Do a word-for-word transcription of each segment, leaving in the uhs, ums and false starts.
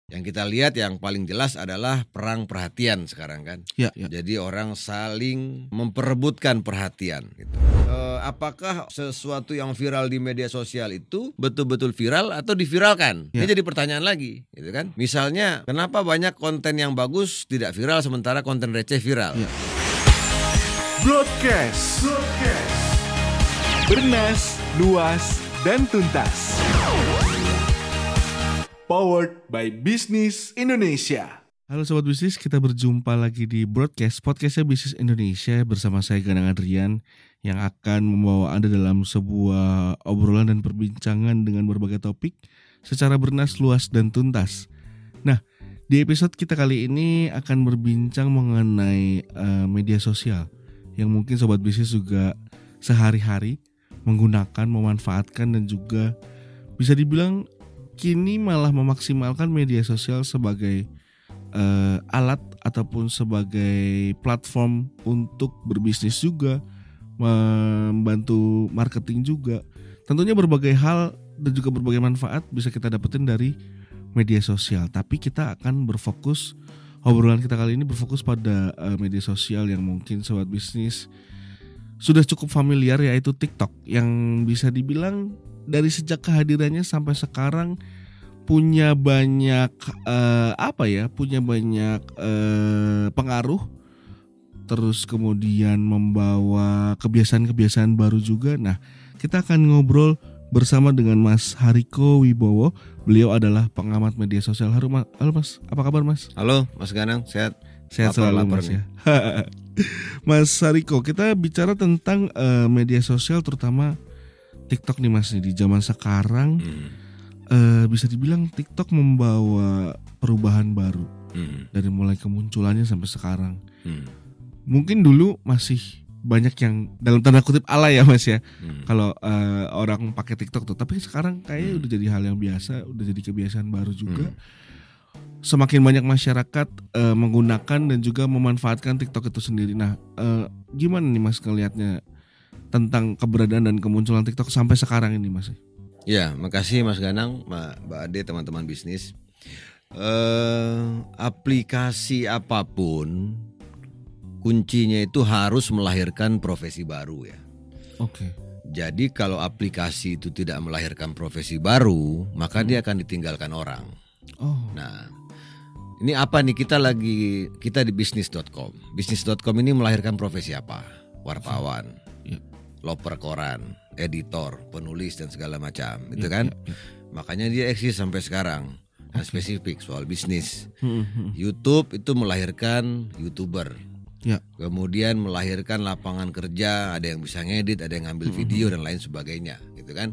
Yang kita lihat yang paling jelas adalah perang perhatian sekarang kan. Ya, ya. Jadi orang saling memperebutkan perhatian gitu. E, apakah sesuatu yang viral di media sosial itu betul-betul viral atau diviralkan? Ya. Ini jadi pertanyaan lagi gitu kan. Misalnya kenapa banyak konten yang bagus tidak viral sementara konten receh viral? Ya. Broadcast. Broadcast. Bernas, luas, dan tuntas. Powered by Bisnis Indonesia. Halo Sobat Bisnis, kita berjumpa lagi di Broadcast, podcastnya Bisnis Indonesia bersama saya Ganang Adrian yang akan membawa Anda dalam sebuah obrolan dan perbincangan dengan berbagai topik secara bernas, luas, dan tuntas. Nah, di episode kita kali ini akan berbincang mengenai uh, media sosial yang mungkin Sobat Bisnis juga sehari-hari menggunakan, memanfaatkan, dan juga bisa dibilang kini malah memaksimalkan media sosial sebagai uh, alat ataupun sebagai platform untuk berbisnis juga, membantu marketing juga. Tentunya berbagai hal dan juga berbagai manfaat bisa kita dapetin dari media sosial. Tapi kita akan berfokus, obrolan kita kali ini berfokus pada uh, media sosial yang mungkin Sobat Bisnis sudah cukup familiar, yaitu TikTok, yang bisa dibilang dari sejak kehadirannya sampai sekarang punya banyak uh, apa ya, punya banyak uh, pengaruh, terus kemudian membawa kebiasaan-kebiasaan baru juga. Nah, kita akan ngobrol bersama dengan Mas Hariko Wibowo. Beliau adalah pengamat media sosial. Halo Mas, halo Mas, apa kabar Mas? Halo Mas Ganang, sehat? Sehat selalu Mas ya. Mas Hariko, kita bicara tentang uh, media sosial, terutama TikTok nih Mas, di zaman sekarang. Hmm. Uh, bisa dibilang TikTok membawa perubahan baru, hmm. dari mulai kemunculannya sampai sekarang. Hmm. Mungkin dulu masih banyak yang dalam tanda kutip alay ya Mas ya, hmm. kalau uh, orang pakai TikTok tuh. Tapi sekarang kayaknya hmm. udah jadi hal yang biasa, udah jadi kebiasaan baru juga. Hmm. Semakin banyak masyarakat uh, menggunakan dan juga memanfaatkan TikTok itu sendiri. Nah, uh, gimana nih Mas ngelihatnya tentang keberadaan dan kemunculan TikTok sampai sekarang ini Mas? Ya, makasih Mas Ganang, Mbak Ade, teman-teman bisnis. Uh, aplikasi apapun kuncinya itu harus melahirkan profesi baru ya. Oke. Okay. Jadi kalau aplikasi itu tidak melahirkan profesi baru, maka hmm. dia akan ditinggalkan orang. Oh. Nah, ini apa nih, kita lagi kita di bisnis dot com. bisnis dot com ini melahirkan profesi apa? Wartawan, ya. Loper koran, editor, penulis dan segala macam, ya, gitu kan? Ya, ya. Makanya dia eksis sampai sekarang. Nah, okay. Spesifik soal bisnis. Hmm. YouTube itu melahirkan YouTuber. Ya. Kemudian melahirkan lapangan kerja, ada yang bisa ngedit, ada yang ngambil video dan lain sebagainya, gitu kan?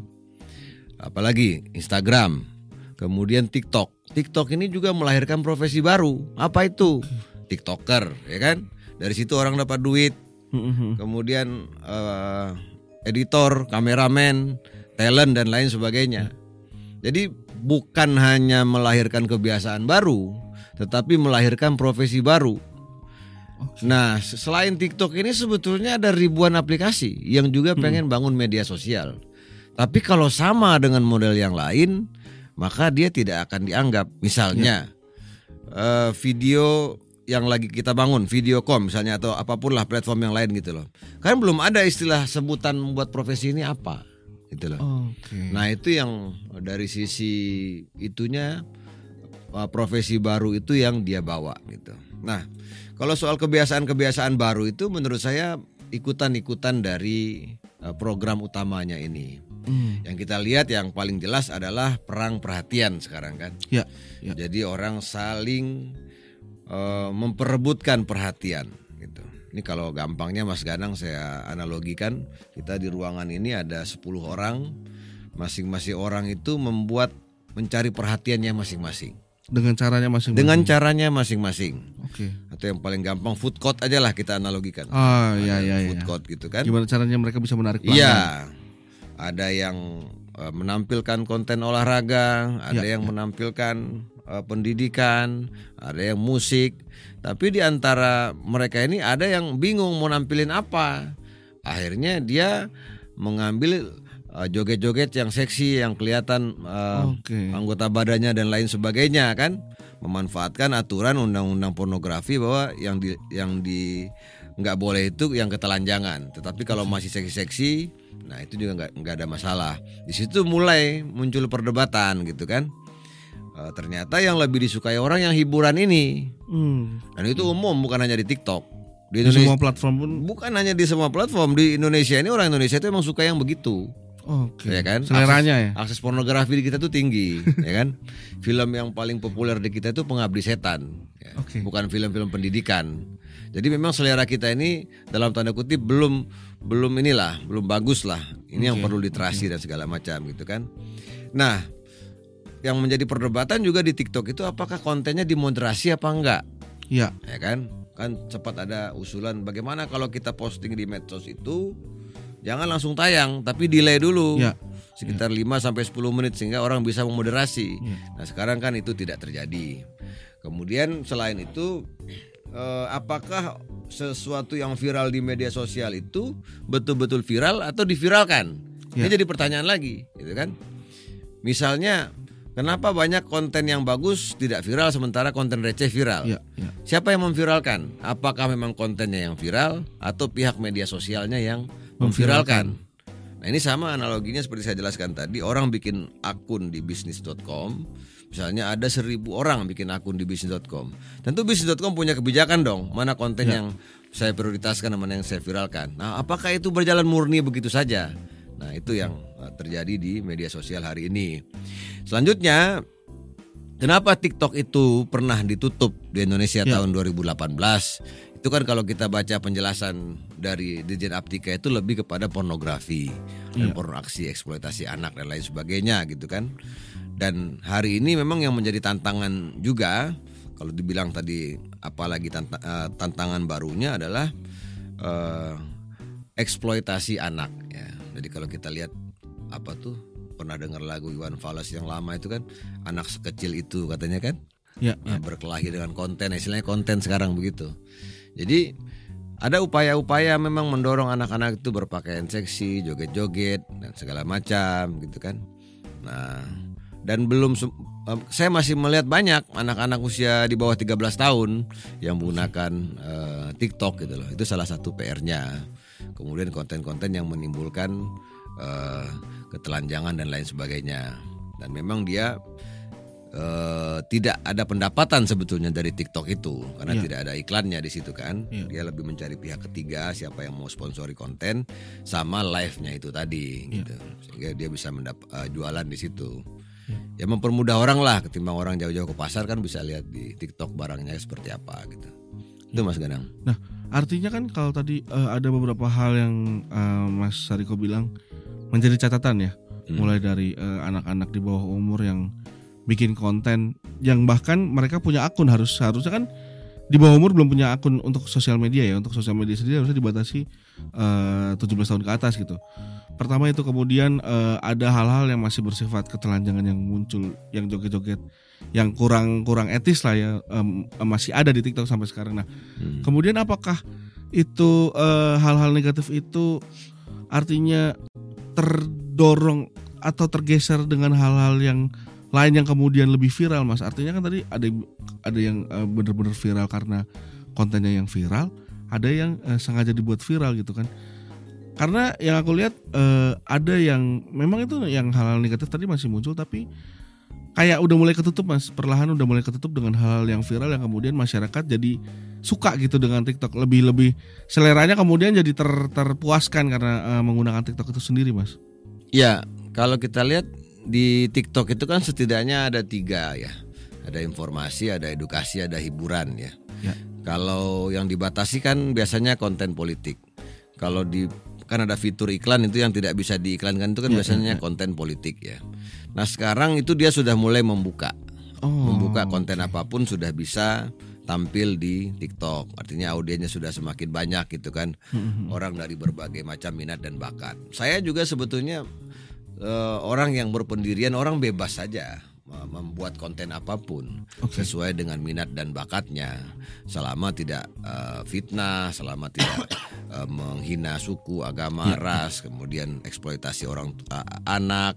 Apalagi Instagram, kemudian TikTok. TikTok ini juga melahirkan profesi baru. Apa itu? TikToker, ya kan? Dari situ orang dapat duit. Kemudian uh, editor, kameramen, talent dan lain sebagainya. Jadi bukan hanya melahirkan kebiasaan baru, tetapi melahirkan profesi baru. Nah, selain TikTok ini sebetulnya ada ribuan aplikasi yang juga pengen bangun media sosial. Tapi kalau sama dengan model yang lain, maka dia tidak akan dianggap. Misalnya ya. uh, video yang lagi kita bangun, Videocom misalnya, atau apapun lah platform yang lain gitu loh. Kan belum ada istilah sebutan membuat profesi ini apa gitu loh. Oh, okay. Nah, itu yang dari sisi itunya, profesi baru itu yang dia bawa gitu. Nah, kalau soal kebiasaan-kebiasaan baru itu menurut saya ikutan-ikutan dari program utamanya ini. Hmm. Yang kita lihat yang paling jelas adalah perang perhatian sekarang kan. Ya, ya. Jadi orang saling uh, memperebutkan perhatian gitu. Ini kalau gampangnya Mas Ganang saya analogikan, kita di ruangan ini ada sepuluh orang, masing-masing orang itu membuat mencari perhatiannya masing-masing. Dengan caranya masing-masing. Dengan caranya masing-masing. Oke. Okay. Atau yang paling gampang food court aja lah kita analogikan. Oh iya iya. Food iya. court gitu kan. Gimana caranya mereka bisa menarik pelanggan? Iya. Ada yang uh, menampilkan konten olahraga, ada ya, yang ya. menampilkan uh, pendidikan, ada yang musik. Tapi di antara mereka ini ada yang bingung mau nampilin apa. Akhirnya dia mengambil uh, joget-joget yang seksi, yang kelihatan uh, okay. anggota badannya dan lain sebagainya kan. memanfaatkan aturan undang-undang pornografi bahwa yang di yang di nggak boleh itu yang ketelanjangan. Tetapi kalau masih seksi-seksi, nah itu juga nggak nggak ada masalah. Di situ mulai muncul perdebatan gitu kan. E, ternyata yang lebih disukai orang yang hiburan ini. Hmm. Dan itu umum, bukan hanya di TikTok. Di, di semua platform pun. Bukan hanya di semua platform. Di Indonesia ini orang Indonesia itu emang suka yang begitu. Oke. Ya kan? Seleranya akses, ya. Akses pornografi di kita tuh tinggi, ya kan? Film yang paling populer di kita itu Pengabdi Setan, ya. Okay. Bukan film-film pendidikan. Jadi memang selera kita ini dalam tanda kutip belum belum inilah, belum bagus lah. Ini okay. yang perlu literasi okay. dan segala macam gitu kan. Nah, yang menjadi perdebatan juga di TikTok itu apakah kontennya dimoderasi apa enggak? Iya. Ya kan? Kan cepat ada usulan bagaimana kalau kita posting di medsos itu jangan langsung tayang, tapi delay dulu ya, sekitar ya. lima sampai sepuluh menit sehingga orang bisa memoderasi. Ya. Nah sekarang kan itu tidak terjadi. Kemudian selain itu, eh, apakah sesuatu yang viral di media sosial itu betul-betul viral atau diviralkan? Ya. Ini jadi pertanyaan lagi, gitu kan? Misalnya, kenapa banyak konten yang bagus tidak viral sementara konten receh viral? Ya. Ya. Siapa yang memviralkan? Apakah memang kontennya yang viral atau pihak media sosialnya yang memviralkan? Nah ini sama analoginya seperti saya jelaskan tadi. Orang bikin akun di bisnis dot com, misalnya ada seribu orang bikin akun di bisnis dot com. Tentu bisnis dot com punya kebijakan dong, mana konten ya. yang saya prioritaskan, mana yang saya viralkan. Nah apakah itu berjalan murni begitu saja? Nah itu yang terjadi di media sosial hari ini. Selanjutnya, kenapa TikTok itu pernah ditutup di Indonesia ya. tahun dua ribu delapan belas? Itu kan kalau kita baca penjelasan dari Dirjen Aptika itu lebih kepada pornografi dan porno aksi, eksploitasi anak dan lain sebagainya gitu kan. Dan hari ini memang yang menjadi tantangan juga, kalau dibilang tadi apalagi tanta- uh, tantangan barunya adalah uh, eksploitasi anak ya. Jadi kalau kita lihat apa tuh, pernah dengar lagu Iwan Fals yang lama itu kan, anak sekecil itu katanya kan ya, ya. berkelahi dengan konten, istilahnya konten sekarang begitu. Jadi ada upaya-upaya memang mendorong anak-anak itu berpakaian seksi, joget-joget dan segala macam gitu kan. Nah, dan belum saya masih melihat banyak anak-anak usia di bawah tiga belas tahun yang menggunakan uh, TikTok gitu loh. Itu salah satu P R-nya. Kemudian konten-konten yang menimbulkan uh, ketelanjangan dan lain sebagainya. Dan memang dia Uh, tidak ada pendapatan sebetulnya dari TikTok itu karena ya. tidak ada iklannya di situ kan. Ya. Dia lebih mencari pihak ketiga, siapa yang mau sponsori konten sama live-nya itu tadi ya. gitu. Sehingga dia bisa mendap- uh, jualan di situ. Ya. ya mempermudah orang lah, ketimbang orang jauh-jauh ke pasar kan bisa lihat di TikTok barangnya seperti apa gitu. Ya. Itu Mas Ganang. Nah, artinya kan kalau tadi uh, ada beberapa hal yang uh, Mas Sariko bilang menjadi catatan ya. Hmm. Mulai dari uh, anak-anak di bawah umur yang bikin konten yang bahkan mereka punya akun, harus harusnya kan di bawah umur belum punya akun untuk sosial media ya. Untuk sosial media sendiri harusnya dibatasi uh, tujuh belas tahun ke atas gitu. Pertama itu, kemudian uh, ada hal-hal yang masih bersifat ketelanjangan yang muncul, yang joget-joget yang kurang kurang etis lah ya, um, masih ada di TikTok sampai sekarang. Nah, hmm. kemudian apakah itu uh, hal-hal negatif itu artinya terdorong atau tergeser dengan hal-hal yang lain yang kemudian lebih viral, Mas? Artinya kan tadi ada ada yang uh, benar-benar viral karena kontennya yang viral, ada yang uh, sengaja dibuat viral gitu kan. Karena yang aku lihat uh, ada yang memang itu yang hal-hal negatif tadi masih muncul, tapi kayak udah mulai ketutup, Mas. Perlahan udah mulai ketutup dengan hal-hal yang viral yang kemudian masyarakat jadi suka gitu dengan TikTok, lebih-lebih seleranya kemudian jadi ter, terpuaskan karena uh, menggunakan TikTok itu sendiri, Mas. Ya, kalau kita lihat di TikTok itu kan setidaknya ada tiga ya. Ada informasi, ada edukasi, ada hiburan ya. ya. Kalau yang dibatasi kan biasanya konten politik. Kalau di kan ada fitur iklan itu yang tidak bisa diiklankan itu kan ya, biasanya ya, ya. konten politik ya. Nah sekarang itu dia sudah mulai membuka. Oh, membuka konten okay. apapun sudah bisa tampil di TikTok. Artinya audiensnya sudah semakin banyak gitu kan. Mm-hmm. Orang dari berbagai macam minat dan bakat. Saya juga sebetulnya Uh, orang yang berpendirian, orang bebas saja membuat konten apapun okay. sesuai dengan minat dan bakatnya, selama tidak uh, fitnah, selama tidak uh, menghina suku, agama, ras, kemudian eksploitasi orang uh, anak,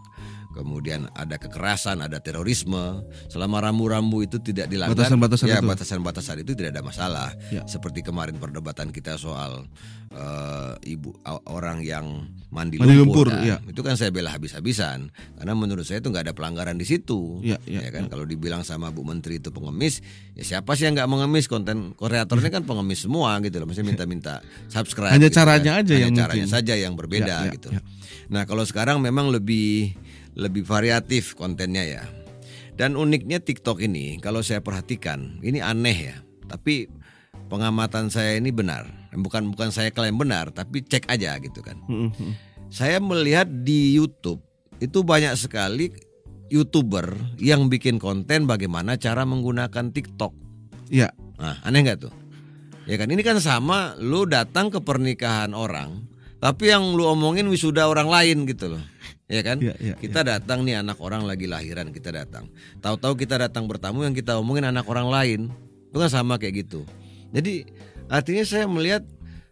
kemudian ada kekerasan, ada terorisme. Selama rambu-rambu itu tidak dilanggar, Batasan-batasan ya itu. batasan-batasan itu tidak ada masalah. Ya. Seperti kemarin perdebatan kita soal uh, ibu orang yang mandi, Mandi lumpur, lumpur, kan. ya. Itu kan saya bela habis-habisan karena menurut saya itu nggak ada pelanggaran di situ. Ya, ya, Ya kan ya. kalau dibilang sama Bu Menteri itu pengemis, ya siapa sih yang nggak mengemis? Konten kreatornya kan pengemis semua gitu loh. Mesti minta-minta subscribe. Hanya gitu caranya kan. aja Hanya yang caranya mungkin. saja yang berbeda Ya, ya, gitu. ya. Nah kalau sekarang memang lebih lebih variatif kontennya ya. Dan uniknya TikTok ini kalau saya perhatikan ini aneh ya. Tapi pengamatan saya ini benar. Bukan bukan saya klaim benar, tapi cek aja gitu kan. Mm, mm. Saya melihat di YouTube itu banyak sekali YouTuber yang bikin konten bagaimana cara menggunakan TikTok. Iya. Nah, aneh nggak tuh? Ya kan ini kan sama lu datang ke pernikahan orang, tapi yang lu omongin wisuda orang lain gitu loh. Ya kan? Ya, ya, kita datang nih anak orang lagi lahiran, kita datang. Tahu-tahu kita datang bertamu yang kita omongin anak orang lain. Itu kan sama kayak gitu. Jadi artinya saya melihat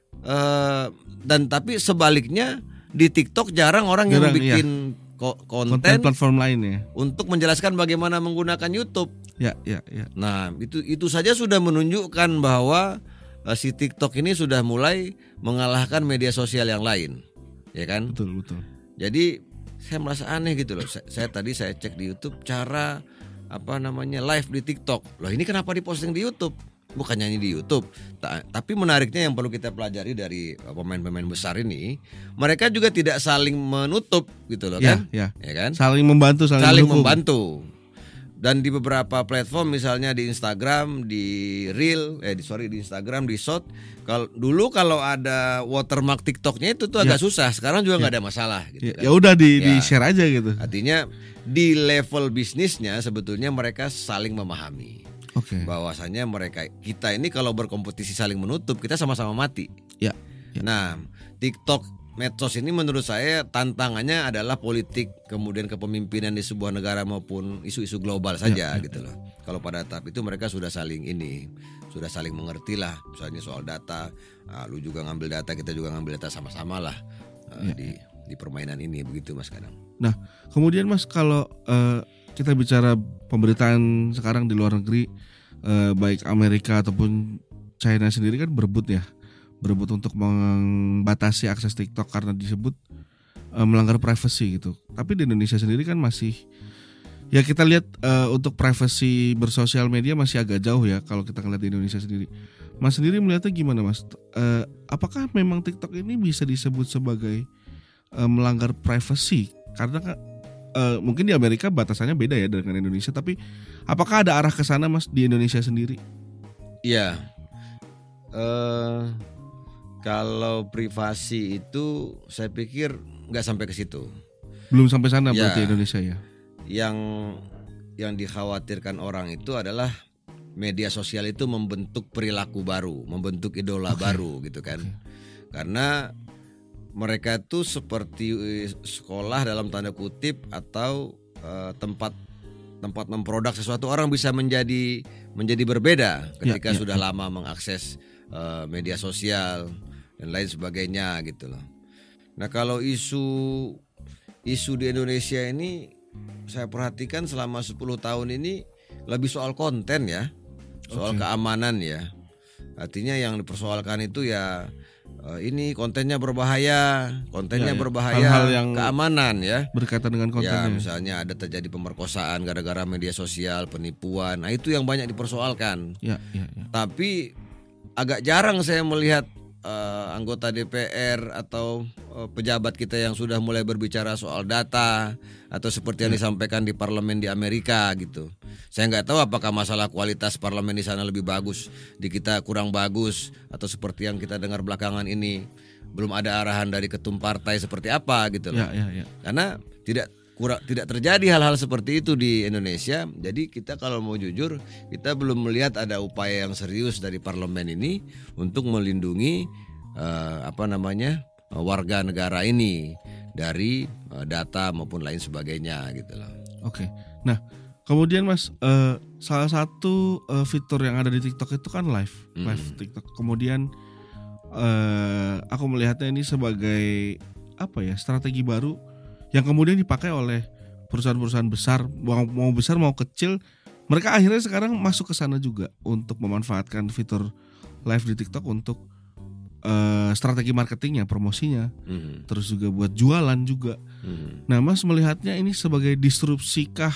uh, dan tapi sebaliknya di TikTok jarang orang Jarang, yang bikin iya. ko- Konten konten platform lain ya. untuk menjelaskan bagaimana menggunakan YouTube. Ya, ya, ya. Nah, itu itu saja sudah menunjukkan bahwa uh, si TikTok ini sudah mulai mengalahkan media sosial yang lain. Ya kan? Betul, betul. Jadi saya merasa aneh gitu loh. Saya, saya tadi saya cek di YouTube cara apa namanya live di TikTok. Loh, ini kenapa diposting di YouTube? Bukan nyanyi di YouTube. Ta- tapi menariknya yang perlu kita pelajari dari uh, pemain-pemain besar ini, mereka juga tidak saling menutup gitu loh Ya, kan? ya. Ya kan? Saling membantu, saling, Saling mendukung. membantu. Dan di beberapa platform misalnya di Instagram, di Reel, eh di sorry di Instagram, di Short. Kalau dulu kalau ada watermark TikToknya itu tuh agak Ya. susah. Sekarang juga nggak ada masalah gitu Ya, kan. ya udah di, Ya. di share aja gitu. Artinya di level bisnisnya sebetulnya mereka saling memahami Oke. bahwasanya mereka kita ini kalau berkompetisi saling menutup kita sama-sama mati. Ya. Ya. Nah, TikTok medsos ini menurut saya tantangannya adalah politik kemudian kepemimpinan di sebuah negara maupun isu-isu global saja Ya, ya, gitu loh. Kalau pada tahap itu mereka sudah saling ini, sudah saling mengerti lah. Misalnya soal data, ah, lu juga ngambil data, kita juga ngambil data sama-sama lah ah, Ya. di di permainan ini begitu Mas Kadang. Nah, kemudian Mas kalau eh, kita bicara pemberitaan sekarang di luar negeri, eh, baik Amerika ataupun China sendiri kan berebut ya, berebut untuk membatasi akses TikTok karena disebut eh, melanggar privasi gitu. Tapi di Indonesia sendiri kan masih, ya kita lihat eh, untuk privasi bersosial media masih agak jauh ya kalau kita ngeliat di Indonesia sendiri. Mas sendiri melihatnya gimana Mas? Eh, apakah memang TikTok ini bisa disebut sebagai eh, melanggar privasi? Karena kan eh, mungkin di Amerika batasannya beda ya dengan Indonesia, tapi apakah ada arah ke sana Mas di Indonesia sendiri? Iya. Eh kalau privasi itu saya pikir nggak sampai ke situ. Belum sampai sana Ya. berarti Indonesia ya. Yang yang dikhawatirkan orang itu adalah media sosial itu membentuk perilaku baru, membentuk idola Oke. baru gitu kan. Karena mereka itu seperti sekolah dalam tanda kutip atau eh, tempat tempat memproduk sesuatu. Orang bisa menjadi menjadi berbeda ketika Ya, ya, sudah lama mengakses eh, media sosial dan lain sebagainya gitu loh. Nah, kalau isu isu di Indonesia ini saya perhatikan selama sepuluh tahun ini lebih soal konten ya. Soal Oke. keamanan ya. Artinya yang dipersoalkan itu ya eh, ini kontennya berbahaya, kontennya Ya, ya. berbahaya, Hal-hal yang keamanan ya. berkaitan dengan Ya kontennya. misalnya ada terjadi pemerkosaan gara-gara media sosial, penipuan. Nah itu yang banyak dipersoalkan. Ya, ya, ya. Tapi agak jarang saya melihat eh, anggota D P R atau eh, pejabat kita yang sudah mulai berbicara soal data atau seperti yang disampaikan di parlemen di Amerika gitu. Saya nggak tahu apakah masalah kualitas parlemen di sana lebih bagus, di kita kurang bagus, atau seperti yang kita dengar belakangan ini belum ada arahan dari ketum partai seperti apa gitu loh. Ya, ya, ya. Karena tidak kurang tidak terjadi hal-hal seperti itu di Indonesia. Jadi kita kalau mau jujur, kita belum melihat ada upaya yang serius dari parlemen ini untuk melindungi eh, apa namanya eh, warga negara ini dari eh, data maupun lain sebagainya gitu loh. Oke. Nah, kemudian Mas, eh, salah satu eh, fitur yang ada di TikTok itu kan live, Mm. live TikTok. Kemudian eh, aku melihatnya ini sebagai apa ya, strategi baru yang kemudian dipakai oleh perusahaan-perusahaan besar mau, mau besar mau kecil, mereka akhirnya sekarang masuk ke sana juga untuk memanfaatkan fitur live di TikTok untuk uh, strategi marketingnya, promosinya, mm-hmm. terus juga buat jualan juga. Mm-hmm. Nah, Mas melihatnya ini sebagai disrupsi kah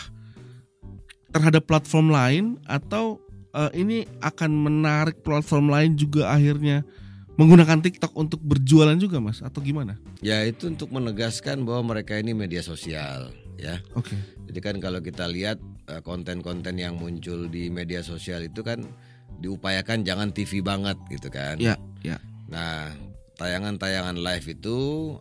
terhadap platform lain, atau uh, ini akan menarik platform lain juga akhirnya menggunakan TikTok untuk berjualan juga, Mas, atau gimana? Ya, itu untuk menegaskan bahwa mereka ini media sosial, ya. Oke. Okay. Jadi kan kalau kita lihat uh, konten-konten yang muncul di media sosial itu kan diupayakan jangan T V banget gitu kan. Ya, ya. Nah, tayangan-tayangan live itu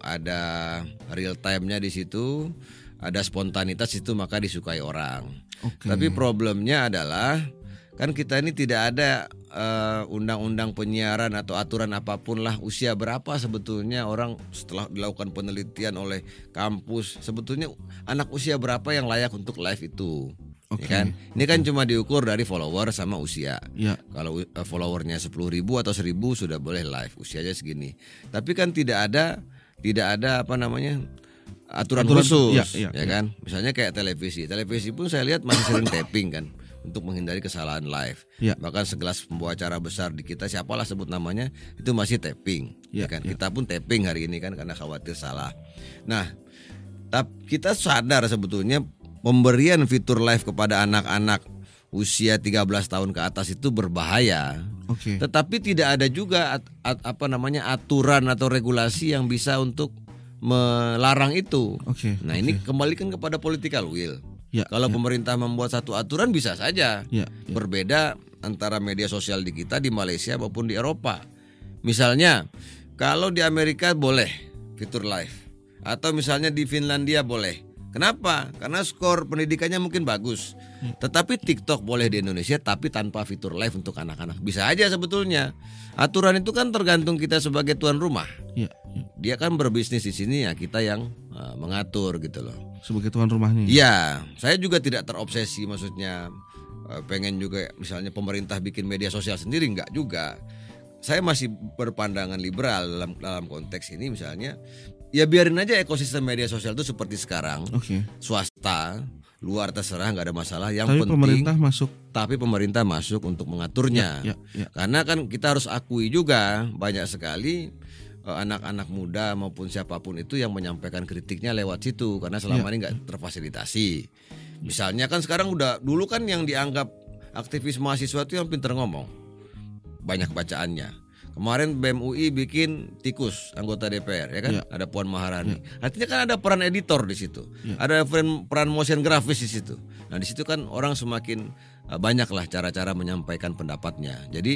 ada real time-nya di situ, ada spontanitas itu, maka disukai orang. Okay. Tapi problemnya adalah kan kita ini tidak ada uh, undang-undang penyiaran atau aturan apapun lah usia berapa sebetulnya orang setelah dilakukan penelitian oleh kampus, sebetulnya anak usia berapa yang layak untuk live itu. Okay. Ya kan? Ini kan cuma diukur dari follower sama usia. Ya. Kalau uh, followernya sepuluh ribu atau seribu sudah boleh live, usianya segini. Tapi kan tidak ada tidak ada apa namanya aturan, aturan khusus, ya, ya, ya kan? Ya. Misalnya kayak televisi, televisi pun saya lihat masih sering taping kan, untuk menghindari kesalahan live. Ya. Bahkan segelas pembawa acara besar di kita, siapalah sebut namanya, itu masih taping. Ya, ya kan? Ya. Kita pun taping hari ini kan karena khawatir salah. Nah, tapi kita sadar sebetulnya pemberian fitur live kepada anak-anak usia tiga belas tahun ke atas itu berbahaya. Okay. Tetapi tidak ada juga at, at, apa namanya aturan atau regulasi yang bisa untuk melarang itu. Okay. Nah, okay. Ini kembalikan kepada political will. Ya, Kalau ya. pemerintah membuat satu aturan bisa saja ya, ya. berbeda antara media sosial di kita, di Malaysia maupun di Eropa. Misalnya kalau di Amerika boleh fitur live, atau misalnya di Finlandia boleh. Kenapa? Karena skor pendidikannya mungkin bagus. Ya. Tetapi TikTok boleh di Indonesia tapi tanpa fitur live untuk anak-anak. Bisa aja sebetulnya. Aturan itu kan tergantung kita sebagai tuan rumah. Ya, ya. Dia kan berbisnis di sini, ya kita yang uh, mengatur gitu loh. Sebagai tuan rumahnya. Iya, saya juga tidak terobsesi, maksudnya uh, pengen juga misalnya pemerintah bikin media sosial sendiri, enggak juga. Saya masih berpandangan liberal dalam dalam konteks ini, misalnya ya biarin aja ekosistem media sosial itu seperti sekarang. Okay. Swasta, luar terserah, nggak ada masalah. Yang tapi penting pemerintah masuk. Tapi pemerintah masuk untuk mengaturnya. Ya, ya, ya. Karena kan kita harus akui juga banyak sekali uh, anak-anak muda maupun siapapun itu yang menyampaikan kritiknya lewat situ, karena selama ya. ini nggak terfasilitasi. Misalnya kan sekarang udah, dulu kan yang dianggap aktivis mahasiswa itu yang pintar ngomong, banyak bacaannya. Kemarin B M U I bikin tikus anggota D P R, ya kan? Ya. Ada Puan Maharani. Ya. Artinya kan ada peran editor di situ, ya. Ada peran, peran motion grafis di situ. Nah di situ kan orang semakin uh, banyak lah cara-cara menyampaikan pendapatnya. Jadi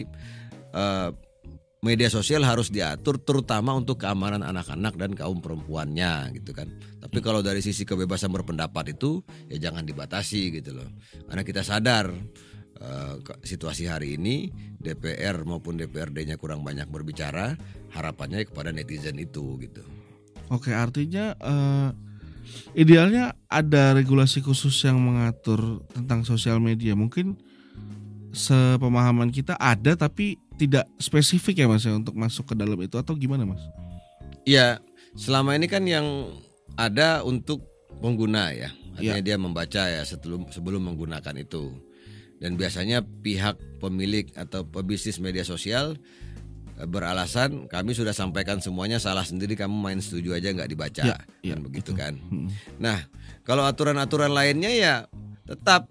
uh, media sosial harus diatur, terutama untuk keamanan anak-anak dan kaum perempuannya, gitu kan. Tapi kalau dari sisi kebebasan berpendapat itu ya jangan dibatasi gitu loh. Karena kita sadar Uh, situasi hari ini D P R maupun D P R D-nya kurang banyak berbicara, harapannya kepada netizen itu gitu. Oke, artinya uh, idealnya ada regulasi khusus yang mengatur tentang sosial media. Mungkin sepemahaman kita ada tapi tidak spesifik ya Mas ya untuk masuk ke dalam itu, atau gimana Mas? Iya, selama ini kan yang ada untuk pengguna ya, artinya ya. Dia membaca ya sebelum sebelum menggunakan itu. Dan biasanya pihak pemilik atau pebisnis media sosial beralasan kami sudah sampaikan semuanya, salah sendiri kamu main setuju aja nggak dibaca, ya, kan ya, begitu itu. Kan. Hmm. Nah kalau aturan-aturan lainnya ya tetap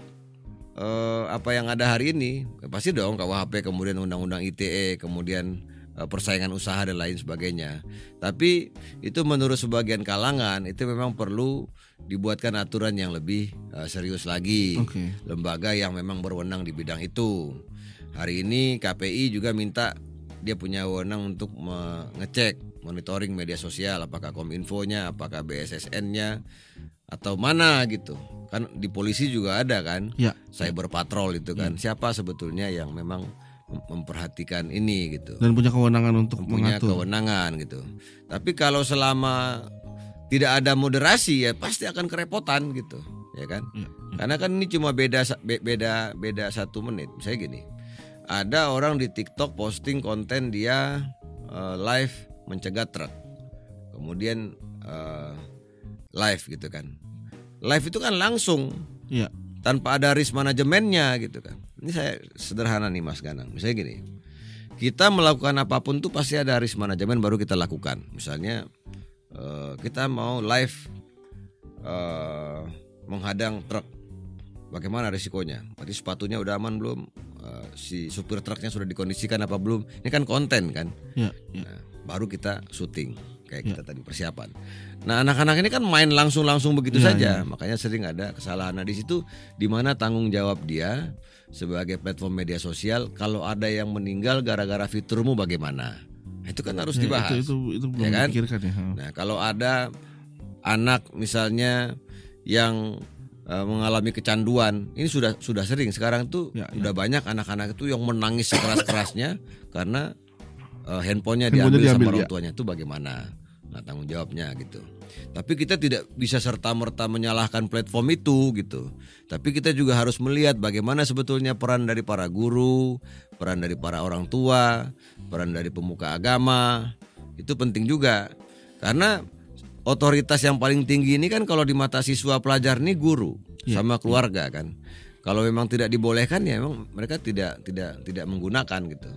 eh, apa yang ada hari ini pasti dong K U H P, kemudian Undang-Undang I T E, kemudian eh, persaingan usaha dan lain sebagainya. Tapi itu menurut sebagian kalangan itu memang perlu dibuatkan aturan yang lebih uh, serius lagi. Okay. Lembaga yang memang berwenang di bidang itu. Hari ini K P I juga minta, dia punya wewenang untuk mengecek monitoring media sosial, apakah Kominfo-nya, apakah B S S N-nya, atau mana gitu. Kan di polisi juga ada kan, ya. Cyber patrol itu kan. Ya. Siapa sebetulnya yang memang memperhatikan ini gitu. Dan punya kewenangan untuk punya mengatur. kewenangan gitu. Tapi kalau selama tidak ada moderasi ya pasti akan kerepotan gitu, ya kan? Ya, ya. Karena kan ini cuma beda beda beda satu menit. Misalnya gini, ada orang di TikTok posting konten dia uh, live mencegat truk, kemudian uh, live gitu kan. live itu kan langsung, Iya. tanpa ada risk manajemennya gitu kan. Ini saya sederhana nih Mas Ganang. Misalnya gini, kita melakukan apapun tuh pasti ada risk manajemen baru kita lakukan. Misalnya uh, kita mau live uh, menghadang truk, bagaimana risikonya? Berarti sepatunya udah aman belum? Uh, si supir truknya sudah dikondisikan apa belum? Ini kan konten kan. Iya. Ya. Nah, baru kita syuting kayak Ya. kita tadi persiapan. Nah anak-anak ini kan main langsung-langsung begitu Ya, saja, ya. makanya sering ada kesalahan. Nah di situ di mana tanggung jawab dia sebagai platform media sosial. Kalau ada yang meninggal gara-gara fiturmu bagaimana? Nah, itu kan harus Ya, dibahas. Itu, itu, itu belum Ya kan? dipikirkan ya. Nah kalau ada anak misalnya yang uh, mengalami kecanduan, ini sudah sudah sering sekarang tuh Ya, udah ya. banyak anak-anak itu yang menangis sekeras-kerasnya karena uh, handphonenya Handphonenya diambil, diambil, sama orang ya. tuanya, itu bagaimana? Nah tanggung jawabnya gitu. Tapi kita tidak bisa serta-merta menyalahkan platform itu gitu. Tapi kita juga harus melihat bagaimana sebetulnya peran dari para guru, peran dari para orang tua, peran dari pemuka agama. Itu penting juga. Karena otoritas yang paling tinggi ini kan kalau di mata siswa pelajar nih guru Ya. sama keluarga kan. Kalau memang tidak dibolehkan ya memang mereka tidak tidak tidak menggunakan gitu.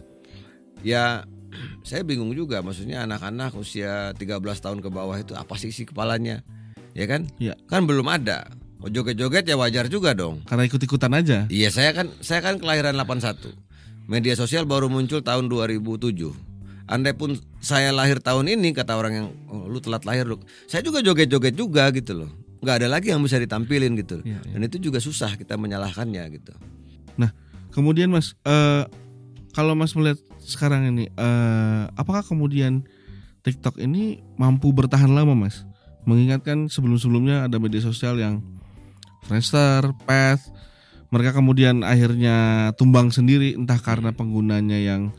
Ya saya bingung juga, maksudnya anak-anak usia tiga belas tahun ke bawah itu apa sih isi kepalanya? Ya kan? Ya. Kan belum ada. Oh, joget-joget ya wajar juga dong. Karena ikut-ikutan aja. Iya, saya kan saya kan kelahiran delapan puluh satu. Media sosial baru muncul tahun dua ribu tujuh. Andai pun saya lahir tahun ini, kata orang yang oh, lu telat lahir lu. Saya juga joget-joget juga gitu loh. Nggak ada lagi yang bisa ditampilin gitu. Ya, ya. Dan itu juga susah kita menyalahkannya gitu. Nah, kemudian Mas, eh, kalau Mas melihat sekarang ini, eh, apakah kemudian TikTok ini mampu bertahan lama, Mas? Mengingatkan sebelum-sebelumnya ada media sosial yang Friendster, Path, mereka kemudian akhirnya tumbang sendiri, entah karena penggunanya yang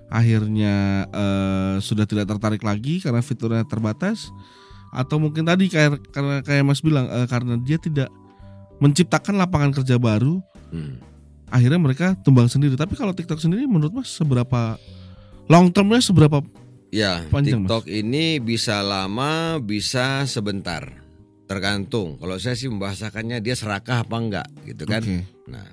akhirnya eh, sudah tidak tertarik lagi karena fiturnya terbatas, atau mungkin tadi kayak karena kayak Mas bilang eh, karena dia tidak menciptakan lapangan kerja baru. Hmm. Akhirnya mereka tumbang sendiri. Tapi kalau TikTok sendiri menurut Mas seberapa long termnya seberapa? Ya, Panjang, TikTok ini bisa lama, bisa sebentar. Tergantung. Kalau saya sih membahasakannya dia serakah apa enggak gitu kan. Oke. Nah,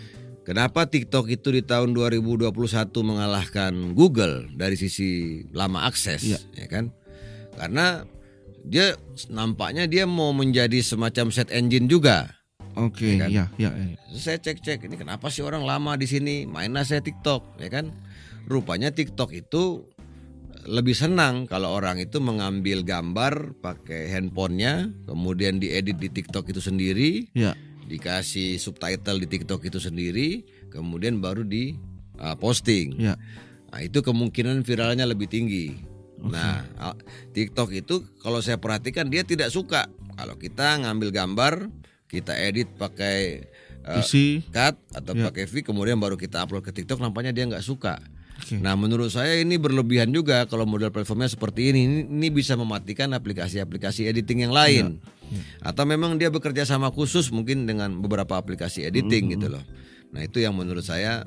kenapa TikTok itu di tahun dua ribu dua puluh satu mengalahkan Google dari sisi lama akses, Iya. ya kan? Karena dia nampaknya dia mau menjadi semacam search engine juga. Oke, Ya kan? ya, ya, ya. Saya cek-cek ini kenapa sih orang lama di sini, mainlah saya TikTok, ya kan? Rupanya TikTok itu lebih senang kalau orang itu mengambil gambar pakai handphonenya, kemudian diedit di TikTok itu sendiri, Ya. dikasih subtitle di TikTok itu sendiri, kemudian baru di uh, posting. Ya. Nah, itu kemungkinan viralnya lebih tinggi. Nah, uh, TikTok itu kalau saya perhatikan dia tidak suka kalau kita ngambil gambar, kita edit pakai uh, P C. cut atau Ya. pakai V, kemudian baru kita upload ke TikTok, nampaknya dia nggak suka. Oke. Nah, menurut saya ini berlebihan juga kalau model platformnya seperti ini. Ini, ini bisa mematikan aplikasi-aplikasi editing yang lain. Ya. Atau memang dia bekerja sama khusus mungkin dengan beberapa aplikasi editing gitu loh. Nah, itu yang menurut saya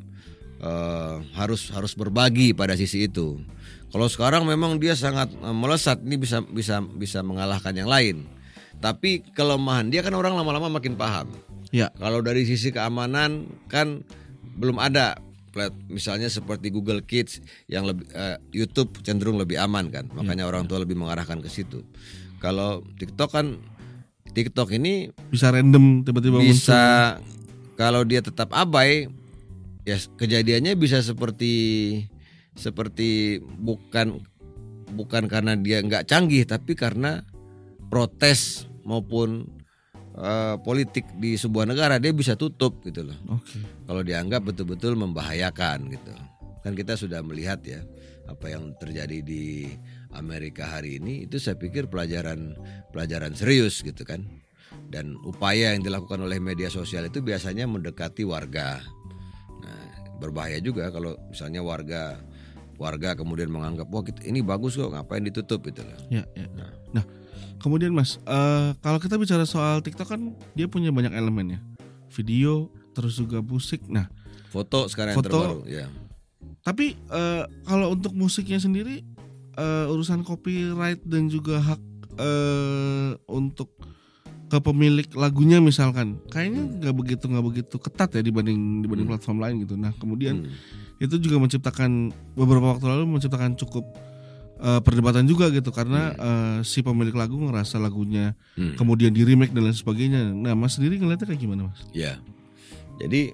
uh, harus harus berbagi pada sisi itu. Kalau sekarang memang dia sangat uh, melesat, ini bisa bisa bisa mengalahkan yang lain. Tapi kelemahan dia kan orang lama-lama makin paham. Ya. Kalau dari sisi keamanan kan belum ada. Plat, misalnya seperti Google Kids yang lebih uh, YouTube cenderung lebih aman kan, makanya Ya. orang tua lebih mengarahkan ke situ. Kalau TikTok kan TikTok ini Bisa random tiba-tiba bisa kalau dia tetap abai ya kejadiannya bisa seperti seperti bukan bukan karena dia nggak canggih tapi karena protes maupun uh, politik di sebuah negara dia bisa tutup gitu loh. muncul. Oke. Kalau dianggap betul-betul membahayakan gitu. Kan kita sudah melihat ya apa yang terjadi di Amerika hari ini, itu saya pikir pelajaran pelajaran serius gitu kan. Dan upaya yang dilakukan oleh media sosial itu biasanya mendekati warga. Nah, berbahaya juga kalau misalnya warga warga kemudian menganggap wah ini bagus kok, ngapain ditutup gitu loh. Ya, ya. Nah, kemudian Mas, eh, kalau kita bicara soal TikTok kan dia punya banyak elemen ya. Video, terus juga musik. Nah, Foto sekarang yang Foto. terbaru ya. tapi eh, kalau untuk musiknya sendiri eh, urusan copyright dan juga hak eh, untuk ke pemilik lagunya misalkan, kayaknya nggak begitu nggak begitu ketat ya dibanding dibanding Hmm. platform lain gitu. Nah kemudian Hmm. itu juga menciptakan beberapa waktu lalu menciptakan cukup uh, perdebatan juga gitu karena uh, si pemilik lagu ngerasa lagunya Hmm. kemudian di remake dan lain sebagainya. Nah Mas sendiri ngeliatnya kayak gimana Mas? Ya, jadi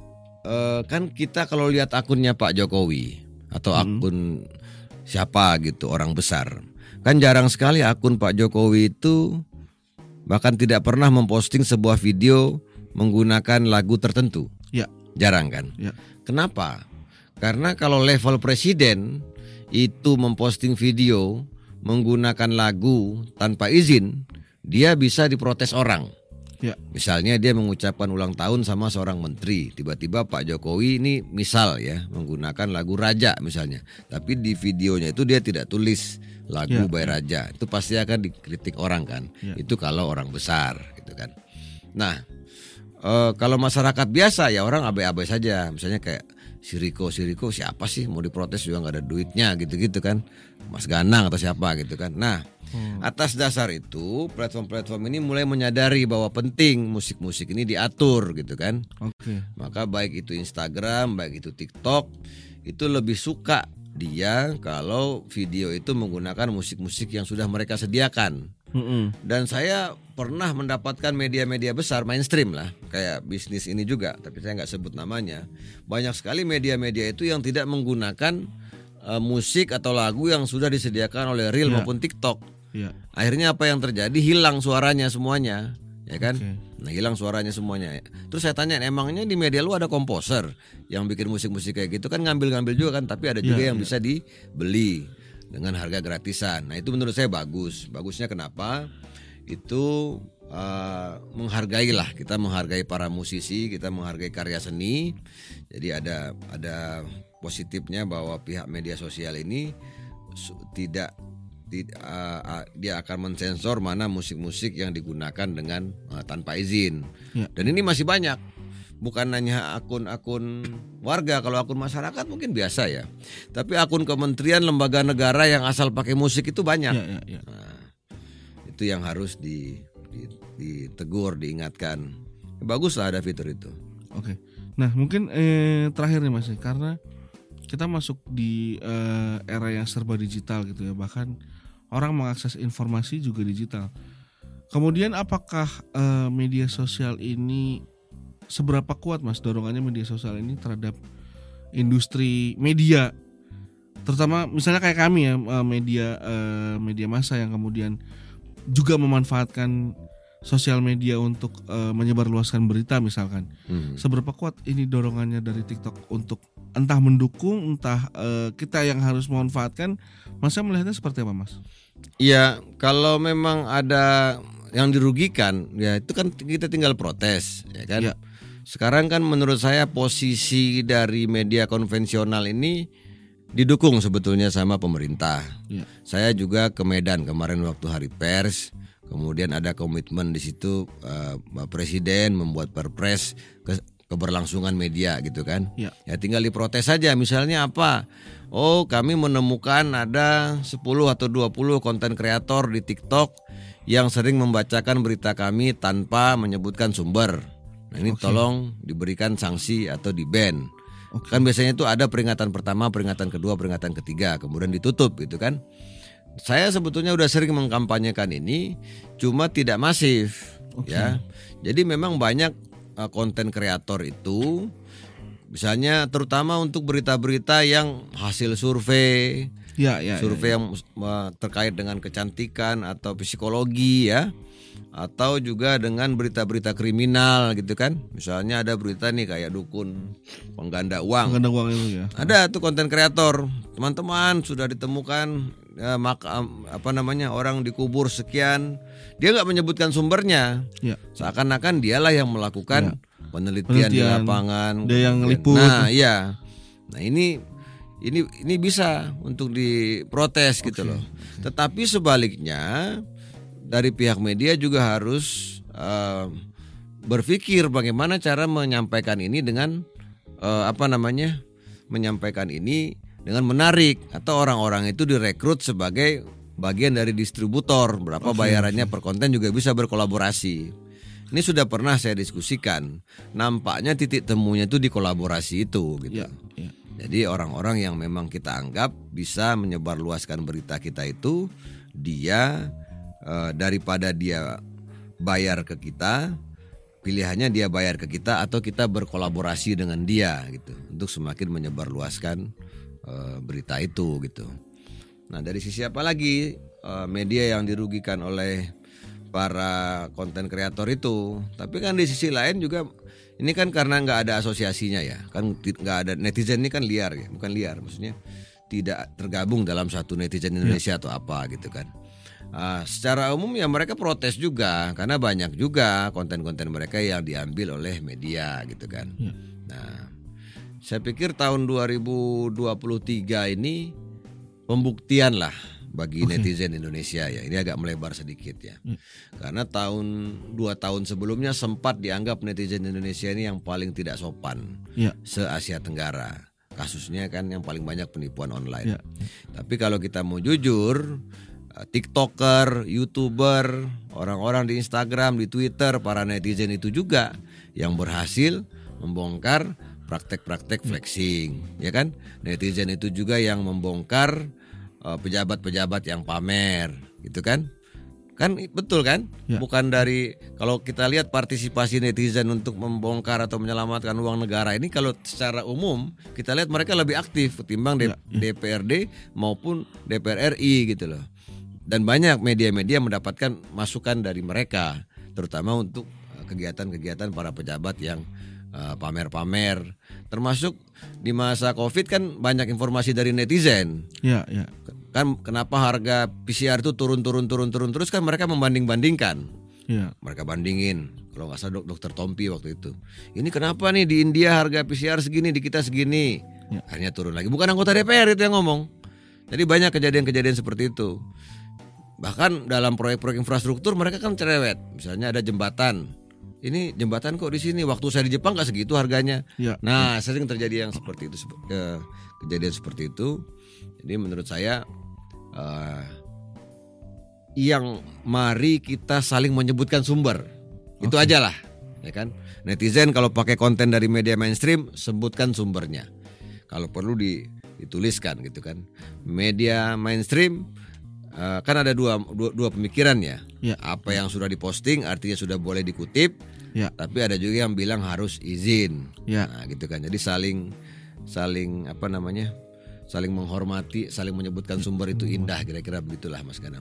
eh, kan kita kalau lihat akunnya Pak Jokowi atau Hmm. akun siapa gitu orang besar, kan jarang sekali akun Pak Jokowi itu bahkan tidak pernah memposting sebuah video menggunakan lagu tertentu. Ya. Jarang kan? Ya. Kenapa? Karena kalau level presiden itu memposting video menggunakan lagu tanpa izin, dia bisa diprotes orang. Ya. Misalnya dia mengucapkan ulang tahun sama seorang menteri, tiba-tiba Pak Jokowi ini misal ya menggunakan lagu Raja misalnya, tapi di videonya itu dia tidak tulis lagu Ya. by Raja, itu pasti akan dikritik orang kan. Ya. Itu kalau orang besar gitu kan. Nah eh, kalau masyarakat biasa ya orang abai-abai saja, misalnya kayak si Riko, si Riko siapa sih mau diprotes juga nggak ada duitnya gitu-gitu kan, Mas Ganang atau siapa gitu kan. Nah Hmm. atas dasar itu platform-platform ini mulai menyadari bahwa penting musik-musik ini diatur gitu kan. Oke. Maka baik itu Instagram, baik itu TikTok, itu lebih suka dia kalau video itu menggunakan musik-musik yang sudah mereka sediakan. Mm-mm. Dan saya pernah mendapatkan media-media besar mainstream lah, kayak bisnis ini juga, tapi saya nggak sebut namanya. Banyak sekali media-media itu yang tidak menggunakan uh, musik atau lagu yang sudah disediakan oleh Reel Ya. maupun TikTok. Ya. Akhirnya apa yang terjadi? Hilang suaranya semuanya, ya kan? Oke. Nah hilang suaranya semuanya. Terus saya tanya, emangnya di media lu ada komposer yang bikin musik-musik kayak gitu kan, ngambil-ngambil juga kan? Tapi ada juga Ya, yang ya. bisa dibeli dengan harga gratisan. Nah itu menurut saya bagus. Bagusnya kenapa? Itu uh, menghargai lah, kita menghargai para musisi, kita menghargai karya seni. Jadi ada ada positifnya bahwa pihak media sosial ini su- tidak Tid- uh, uh, dia akan mensensor mana musik-musik yang digunakan dengan uh, tanpa izin. Ya. Dan ini masih banyak. Bukan hanya akun-akun warga, kalau akun masyarakat mungkin biasa ya. Tapi akun kementerian, lembaga negara yang asal pakai musik itu banyak. Ya, ya, ya. Nah, itu yang harus di, di, ditegur, diingatkan. Baguslah ada fitur itu. Oke. Nah mungkin eh, terakhir nih Mas, karena kita masuk di eh, era yang serba digital gitu ya, bahkan orang mengakses informasi juga digital. Kemudian apakah eh, media sosial ini seberapa kuat Mas dorongannya media sosial ini terhadap industri media, terutama misalnya kayak kami ya, eh, media eh, media massa yang kemudian juga memanfaatkan sosial media untuk eh, menyebarluaskan berita misalkan. Hmm. Seberapa kuat ini dorongannya dari TikTok untuk entah mendukung, entah eh, kita yang harus memanfaatkan? Mas saya melihatnya seperti apa Mas? Ya kalau memang ada yang dirugikan, ya itu kan kita tinggal protes, ya kan. Ya. Sekarang kan menurut saya posisi dari media konvensional ini didukung sebetulnya sama pemerintah. Ya. Saya juga ke Medan kemarin waktu Hari Pers. Kemudian ada komitmen di situ uh, Presiden membuat perpres ke, keberlangsungan media gitu kan. Ya. Ya tinggal diprotes saja. Misalnya apa? Oh, kami menemukan ada sepuluh atau dua puluh konten kreator di TikTok yang sering membacakan berita kami tanpa menyebutkan sumber. Nah, ini Oke. tolong diberikan sanksi atau di-ban. Oke. Kan biasanya itu ada peringatan pertama, peringatan kedua, peringatan ketiga, kemudian ditutup gitu kan. Saya sebetulnya udah sering mengkampanyekan ini, cuma tidak masif. Oke. Ya. Jadi memang banyak uh, konten kreator itu, misalnya terutama untuk berita-berita yang hasil survei, Ya, ya, survei ya, ya. yang uh, terkait dengan kecantikan atau psikologi ya, atau juga dengan berita-berita kriminal gitu kan. Misalnya ada berita nih kayak dukun pengganda uang. Pengganda uang itu ya. Ada tuh konten kreator, teman-teman sudah ditemukan ya, makam apa namanya orang dikubur sekian, dia nggak menyebutkan sumbernya, Ya. seakan-akan dialah yang melakukan penelitian, di Penelitian. lapangan. Dia yang Kemudian- ngeliput. Nah, iya. Nah ini ini ini bisa untuk diprotes gitu Oke, loh. Tetapi sebaliknya dari pihak media juga harus uh, berpikir bagaimana cara menyampaikan ini dengan uh, apa namanya menyampaikan ini dengan menarik, atau orang-orang itu direkrut sebagai bagian dari distributor, berapa Oke, bayarannya per konten juga bisa berkolaborasi. Ini sudah pernah saya diskusikan. Nampaknya titik temunya itu di kolaborasi itu gitu. Ya, ya. Jadi orang-orang yang memang kita anggap bisa menyebarluaskan berita kita itu, dia eh, daripada dia bayar ke kita, pilihannya dia bayar ke kita atau kita berkolaborasi dengan dia gitu untuk semakin menyebarluaskan uh, berita itu gitu. Nah, dari sisi apa lagi uh, media yang dirugikan oleh para konten kreator itu? Tapi kan di sisi lain juga ini kan karena nggak ada asosiasinya ya, kan nggak ada, netizen ini kan liar ya, bukan liar maksudnya tidak tergabung dalam satu netizen Indonesia ya. Atau apa gitu kan. Uh, secara umum ya mereka protes juga karena banyak juga konten-konten mereka yang diambil oleh media gitu kan. Ya. Nah, saya pikir tahun dua ribu dua puluh tiga ini pembuktian lah bagi okay. netizen Indonesia ya. Ini agak melebar sedikit ya. ya. Karena tahun dua tahun sebelumnya sempat dianggap netizen Indonesia ini yang paling tidak sopan ya. se-Asia Tenggara. Kasusnya kan yang paling banyak penipuan online. Ya. Tapi kalau kita mau jujur, TikToker, YouTuber, orang-orang di Instagram, di Twitter, para netizen itu juga yang berhasil membongkar praktek-praktek flexing, ya kan? Netizen itu juga yang membongkar uh, pejabat-pejabat yang pamer, gitu kan? Kan betul kan? Ya. Bukan dari, kalau kita lihat partisipasi netizen untuk membongkar atau menyelamatkan uang negara ini, kalau secara umum kita lihat mereka lebih aktif ketimbang ya. D P R D maupun D P R R I gitu loh. Dan banyak media-media mendapatkan masukan dari mereka, terutama untuk kegiatan-kegiatan para pejabat yang uh, pamer-pamer. Termasuk di masa Covid kan banyak informasi dari netizen. Ya, ya. Kan kenapa harga P C R itu turun-turun-turun-turun terus kan mereka membanding-bandingkan. Ya. Mereka bandingin. Kalau nggak salah dokter Tompi waktu itu. Ini kenapa nih di India harga P C R segini, di kita segini. Ya. Akhirnya turun lagi. Bukan anggota D P R itu yang ngomong. Jadi banyak kejadian-kejadian seperti itu. Bahkan dalam proyek-proyek infrastruktur mereka kan cerewet. Misalnya ada jembatan. Ini jembatan kok di sini. Waktu saya di Jepang nggak segitu harganya. Ya. Nah, sering terjadi yang seperti itu, kejadian seperti itu. Jadi menurut saya, uh, yang mari kita saling menyebutkan sumber. Itu okay. aja lah, ya kan. Netizen kalau pakai konten dari media mainstream, sebutkan sumbernya. Kalau perlu dituliskan gitu kan. Media mainstream. Uh, kan ada dua, dua, dua pemikiran ya. ya. Apa yang sudah diposting artinya sudah boleh dikutip, ya. Tapi ada juga yang bilang harus izin. Ya. Nah, gitu kan. Jadi saling saling apa namanya? Saling menghormati, saling menyebutkan sumber itu indah, kira-kira begitulah Mas Ganang.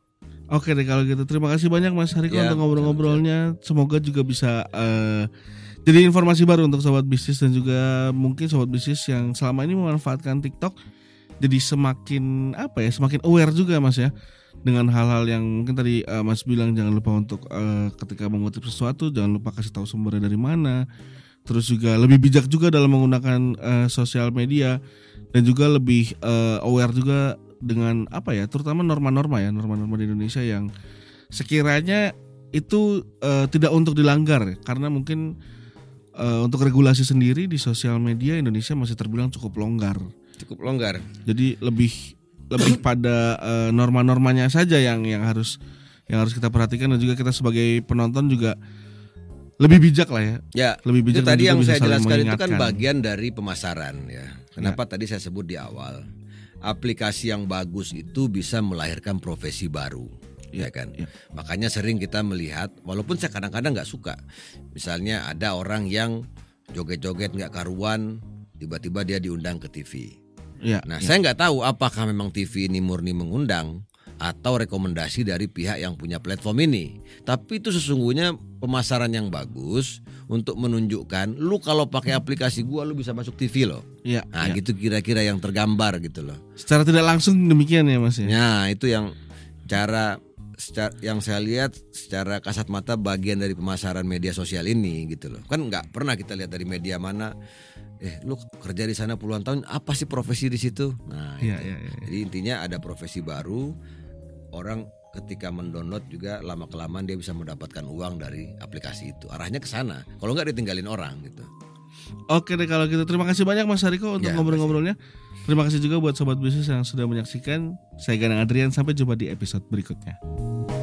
Oke deh kalau gitu. Terima kasih banyak Mas Hariko ya, untuk ngobrol-ngobrolnya. Semoga juga bisa uh, jadi informasi baru untuk sobat bisnis dan juga mungkin sobat bisnis yang selama ini memanfaatkan TikTok jadi semakin apa ya, semakin aware juga Mas ya dengan hal-hal yang mungkin tadi uh, Mas bilang jangan lupa untuk uh, ketika mengutip sesuatu jangan lupa kasih tahu sumbernya dari mana. Terus juga lebih bijak juga dalam menggunakan uh, sosial media dan juga lebih uh, aware juga dengan apa ya, terutama norma-norma ya, norma-norma di Indonesia yang sekiranya itu uh, tidak untuk dilanggar karena mungkin uh, untuk regulasi sendiri di sosial media Indonesia masih terbilang cukup longgar. Cukup longgar. Jadi lebih lebih pada uh, norma-normanya saja yang yang harus yang harus kita perhatikan dan juga kita sebagai penonton juga lebih bijak lah ya. Ya. Lebih bijak. Itu tadi yang saya jelaskan itu kan bagian dari pemasaran ya. Kenapa ya. Tadi saya sebut di awal aplikasi yang bagus itu bisa melahirkan profesi baru. Ya, ya kan. Ya. Makanya sering kita melihat walaupun saya kadang-kadang nggak suka. Misalnya ada orang yang joget-joget nggak karuan, tiba-tiba dia diundang ke T V. Ya, nah, ya. Saya nggak tahu apakah memang T V ini murni mengundang atau rekomendasi dari pihak yang punya platform ini. Tapi itu sesungguhnya pemasaran yang bagus untuk menunjukkan lu kalau pakai aplikasi gua lu bisa masuk T V loh. Ya, nah, ya. Gitu kira-kira yang tergambar gitu loh. Secara tidak langsung demikian ya Mas ya. Nah, itu yang cara secara, yang saya lihat secara kasat mata bagian dari pemasaran media sosial ini gitu loh. Kan nggak pernah kita lihat dari media mana eh lu kerja di sana puluhan tahun apa sih profesi di situ. Nah, ya, ya, ya, ya. Jadi intinya ada profesi baru. Orang ketika mendownload juga lama kelamaan dia bisa mendapatkan uang dari aplikasi itu. Arahnya ke sana. Kalau nggak ditinggalin orang gitu. Oke deh kalau gitu. Terima kasih banyak Mas Hariko untuk ya, ngobrol-ngobrolnya. Terima kasih juga buat sobat bisnis yang sudah menyaksikan. Saya Ganang Adrian, sampai jumpa di episode berikutnya.